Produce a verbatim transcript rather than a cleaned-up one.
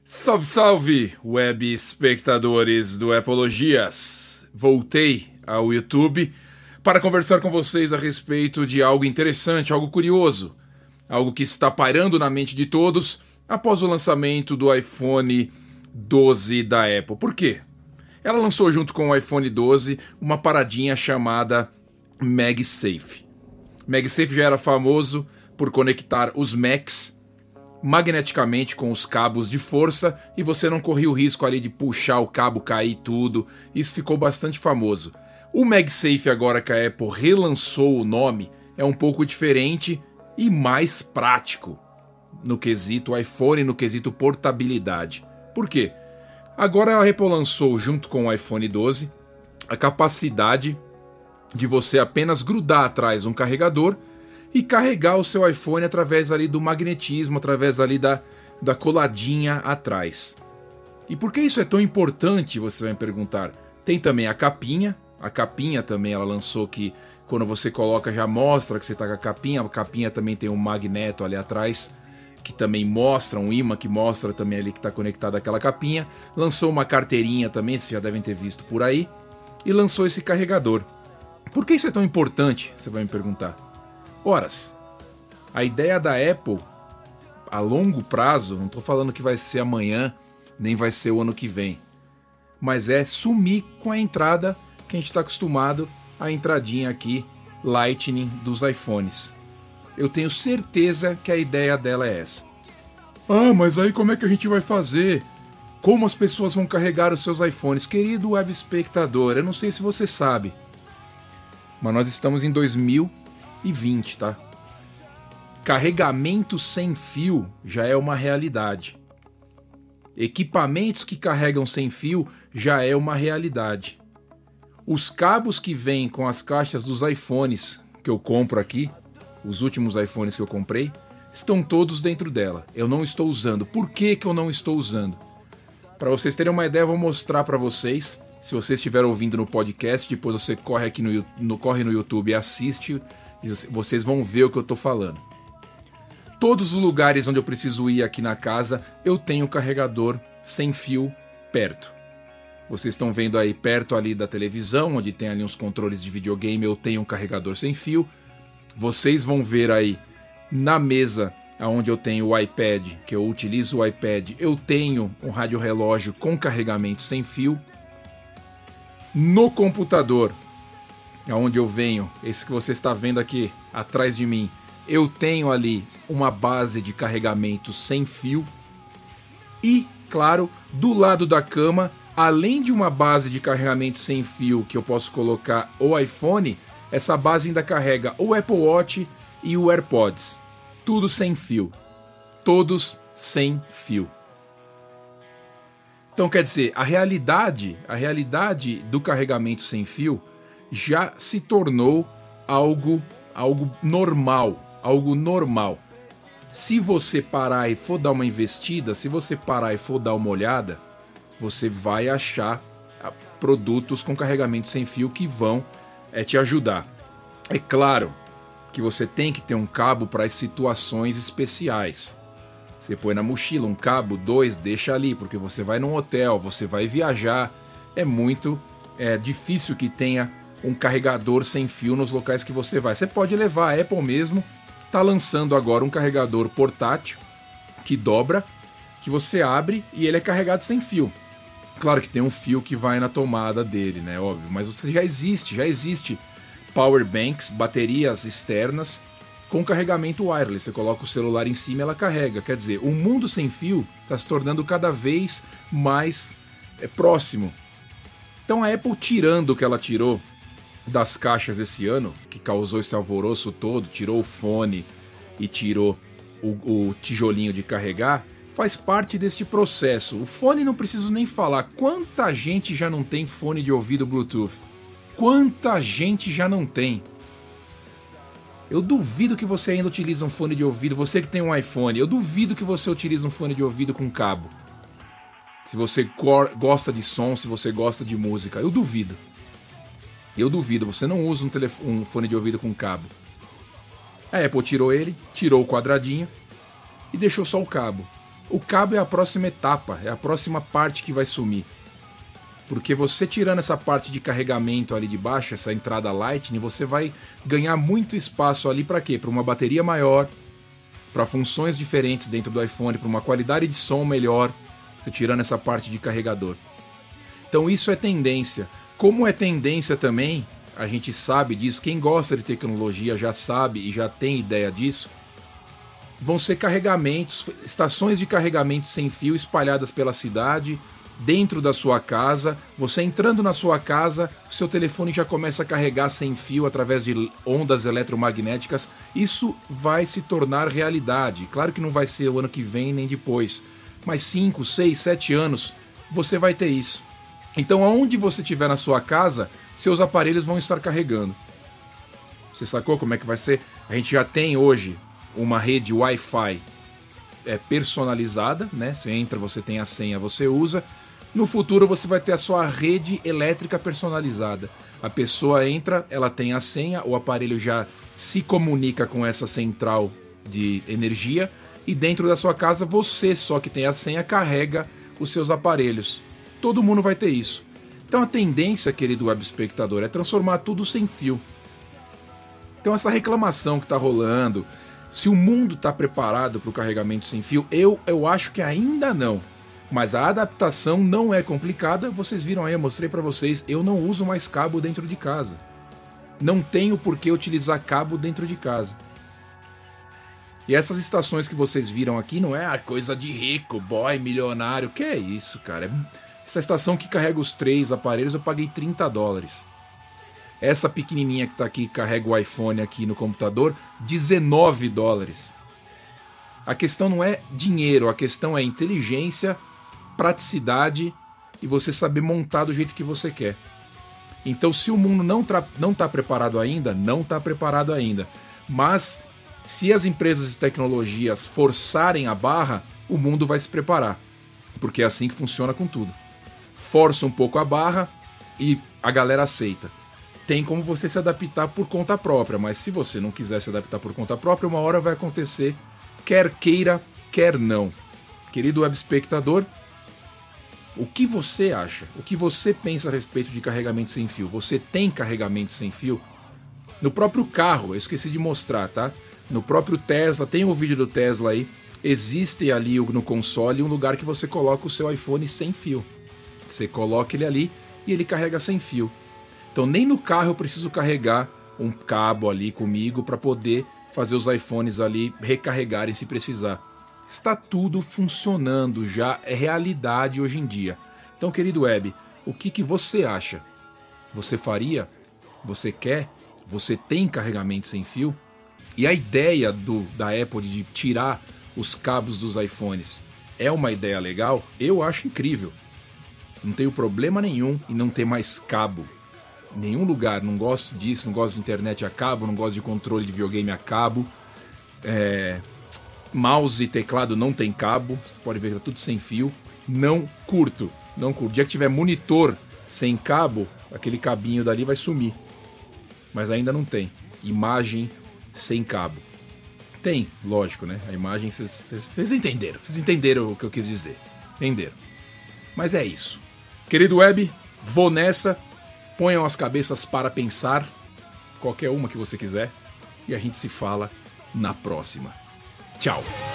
Salve, salve, web espectadores do Apologias! Voltei ao YouTube para conversar com vocês a respeito de algo interessante, algo curioso, algo que está pairando na mente de todos após o lançamento do iPhone doze da Apple. Por quê? Ela lançou junto com o iPhone doze uma paradinha chamada MagSafe. MagSafe já era famoso por conectar os Macs magneticamente com os cabos de força e você não corria o risco ali de puxar o cabo, cair tudo. Isso ficou bastante famoso. O MagSafe, agora que a Apple relançou o nome, é um pouco diferente e mais prático no quesito iPhone, no quesito portabilidade. Por quê? Agora a Apple lançou junto com o iPhone doze a capacidade de você apenas grudar atrás um carregador e carregar o seu iPhone através ali do magnetismo, através ali da, da coladinha atrás. E por que isso é tão importante, você vai me perguntar? Tem também a capinha, a capinha também ela lançou que quando você coloca já mostra que você está com a capinha, a capinha também tem um magneto ali atrás, que também mostra, um imã que mostra também ali que está conectado àquela capinha. Lançou uma carteirinha também, vocês já devem ter visto por aí, e lançou esse carregador. Por que isso é tão importante, você vai me perguntar? Horas, a ideia da Apple a longo prazo, não estou falando que vai ser amanhã, nem vai ser o ano que vem, mas é sumir com a entrada que a gente está acostumado, a entradinha aqui, Lightning dos iPhones. Eu tenho certeza que a ideia dela é essa. Ah, mas aí como é que a gente vai fazer? Como as pessoas vão carregar os seus iPhones? Querido web espectador, eu não sei se você sabe, mas nós estamos em dois mil e vinte, tá? Carregamento sem fio já é uma realidade. Equipamentos que carregam sem fio já é uma realidade. Os cabos que vêm com as caixas dos iPhones que eu compro aqui, os últimos iPhones que eu comprei, estão todos dentro dela. Eu não estou usando. Por que que eu não estou usando? Para vocês terem uma ideia, eu vou mostrar para vocês. Se você estiver ouvindo no podcast, depois você corre aqui no, no, corre no YouTube e assiste, e vocês vão ver o que eu estou falando. Todos os lugares onde eu preciso ir aqui na casa, eu tenho carregador sem fio perto. Vocês estão vendo aí perto ali da televisão, onde tem ali uns controles de videogame, eu tenho um carregador sem fio. Vocês vão ver aí na mesa onde eu tenho o iPad, que eu utilizo o iPad, eu tenho um rádio relógio com carregamento sem fio. No computador, onde eu venho, esse que você está vendo aqui atrás de mim, eu tenho ali uma base de carregamento sem fio. E, claro, do lado da cama, além de uma base de carregamento sem fio que eu posso colocar o iPhone, essa base ainda carrega o Apple Watch e o AirPods. Tudo sem fio. Todos sem fio. Então, quer dizer, a realidade, a realidade do carregamento sem fio já se tornou algo, algo normal, algo normal. Se você parar e for dar uma investida, se você parar e for dar uma olhada, você vai achar produtos com carregamento sem fio que vão é, te ajudar. É claro que você tem que ter um cabo para as situações especiais. Você põe na mochila um cabo, dois, deixa ali, porque você vai num hotel, você vai viajar. É muito é, difícil que tenha um carregador sem fio nos locais que você vai. Você pode levar, a Apple mesmo está lançando agora um carregador portátil que dobra, que você abre e ele é carregado sem fio. Claro que tem um fio que vai na tomada dele, né? Óbvio, mas você já existe, já existe power banks, baterias externas com carregamento wireless. Você coloca o celular em cima e ela carrega. Quer dizer, o mundo sem fio está se tornando cada vez mais é, próximo. Então a Apple, tirando o que ela tirou das caixas esse ano, que causou esse alvoroço todo, tirou o fone e tirou o, o tijolinho de carregar, faz parte deste processo. O fone não preciso nem falar. Quanta gente já não tem fone de ouvido Bluetooth? Quanta gente já não tem? Eu duvido que você ainda utilize um fone de ouvido, você que tem um iPhone, eu duvido que você utilize um fone de ouvido com cabo. Se você gosta de som, se você gosta de música, eu duvido. Eu duvido, você não usa um, telefone, um fone de ouvido com cabo. A Apple tirou ele, tirou o quadradinho e deixou só o cabo. O cabo é a próxima etapa, é a próxima parte que vai sumir. Porque você tirando essa parte de carregamento ali de baixo, essa entrada Lightning, você vai ganhar muito espaço ali para quê? Para uma bateria maior, para funções diferentes dentro do iPhone, para uma qualidade de som melhor, você tirando essa parte de carregador. Então isso é tendência. Como é tendência também, a gente sabe disso, quem gosta de tecnologia já sabe e já tem ideia disso, vão ser carregamentos, estações de carregamento sem fio espalhadas pela cidade, dentro da sua casa. Você entrando na sua casa, seu telefone já começa a carregar sem fio através de ondas eletromagnéticas. Isso vai se tornar realidade. Claro que não vai ser o ano que vem nem depois, mas cinco, seis, sete anos você vai ter isso. Então aonde você estiver na sua casa, seus aparelhos vão estar carregando. Você sacou como é que vai ser? A gente já tem hoje uma rede Wi-Fi é, personalizada, né? Você entra, você tem a senha, você usa. No futuro você vai ter a sua rede elétrica personalizada. A pessoa entra, ela tem a senha, o aparelho já se comunica com essa central de energia e dentro da sua casa você, só que tem a senha, carrega os seus aparelhos. Todo mundo vai ter isso. Então a tendência, querido web espectador, é transformar tudo sem fio. Então essa reclamação que está rolando, se o mundo está preparado para o carregamento sem fio, eu, eu acho que ainda não. Mas a adaptação não é complicada. Vocês viram aí, eu mostrei para vocês, eu não uso mais cabo dentro de casa. Não tenho por que utilizar cabo dentro de casa. E essas estações que vocês viram aqui não é a coisa de rico, boy, milionário. Que é isso, cara? Essa estação que carrega os três aparelhos eu paguei trinta dólares. Essa pequenininha que está aqui, que carrega o iPhone aqui no computador, dezenove dólares. A questão não é dinheiro, a questão é inteligência, praticidade e você saber montar do jeito que você quer. Então, se o mundo não está não tá preparado ainda, não está preparado ainda. Mas, se as empresas de tecnologias forçarem a barra, o mundo vai se preparar. Porque é assim que funciona com tudo. Força um pouco a barra e a galera aceita. Tem como você se adaptar por conta própria, mas se você não quiser se adaptar por conta própria, uma hora vai acontecer, quer queira, quer não. Querido web espectador, o que você acha? O que você pensa a respeito de carregamento sem fio? Você tem carregamento sem fio? No próprio carro, eu esqueci de mostrar, tá? No próprio Tesla, tem um vídeo do Tesla aí, existe ali no console um lugar que você coloca o seu iPhone sem fio. Você coloca ele ali e ele carrega sem fio. Então nem no carro eu preciso carregar um cabo ali comigo para poder fazer os iPhones ali recarregarem se precisar. Está tudo funcionando já, é realidade hoje em dia. Então, querido web, o que, que você acha? Você faria? Você quer? Você tem carregamento sem fio? E a ideia do, da Apple de tirar os cabos dos iPhones é uma ideia legal? Eu acho incrível. Não tenho problema nenhum em não ter mais cabo. Em nenhum lugar, não gosto disso, não gosto de internet a cabo, não gosto de controle de videogame a cabo. É... Mouse e teclado não tem cabo, você pode ver que tá tudo sem fio. Não curto, não curto. O dia que tiver monitor sem cabo, aquele cabinho dali vai sumir. Mas ainda não tem. Imagem sem cabo. Tem, lógico, né? A imagem, vocês entenderam. Vocês entenderam o que eu quis dizer. Entenderam. Mas é isso. Querido web, vou nessa. Ponham as cabeças para pensar. Qualquer uma que você quiser. E a gente se fala na próxima. Tchau.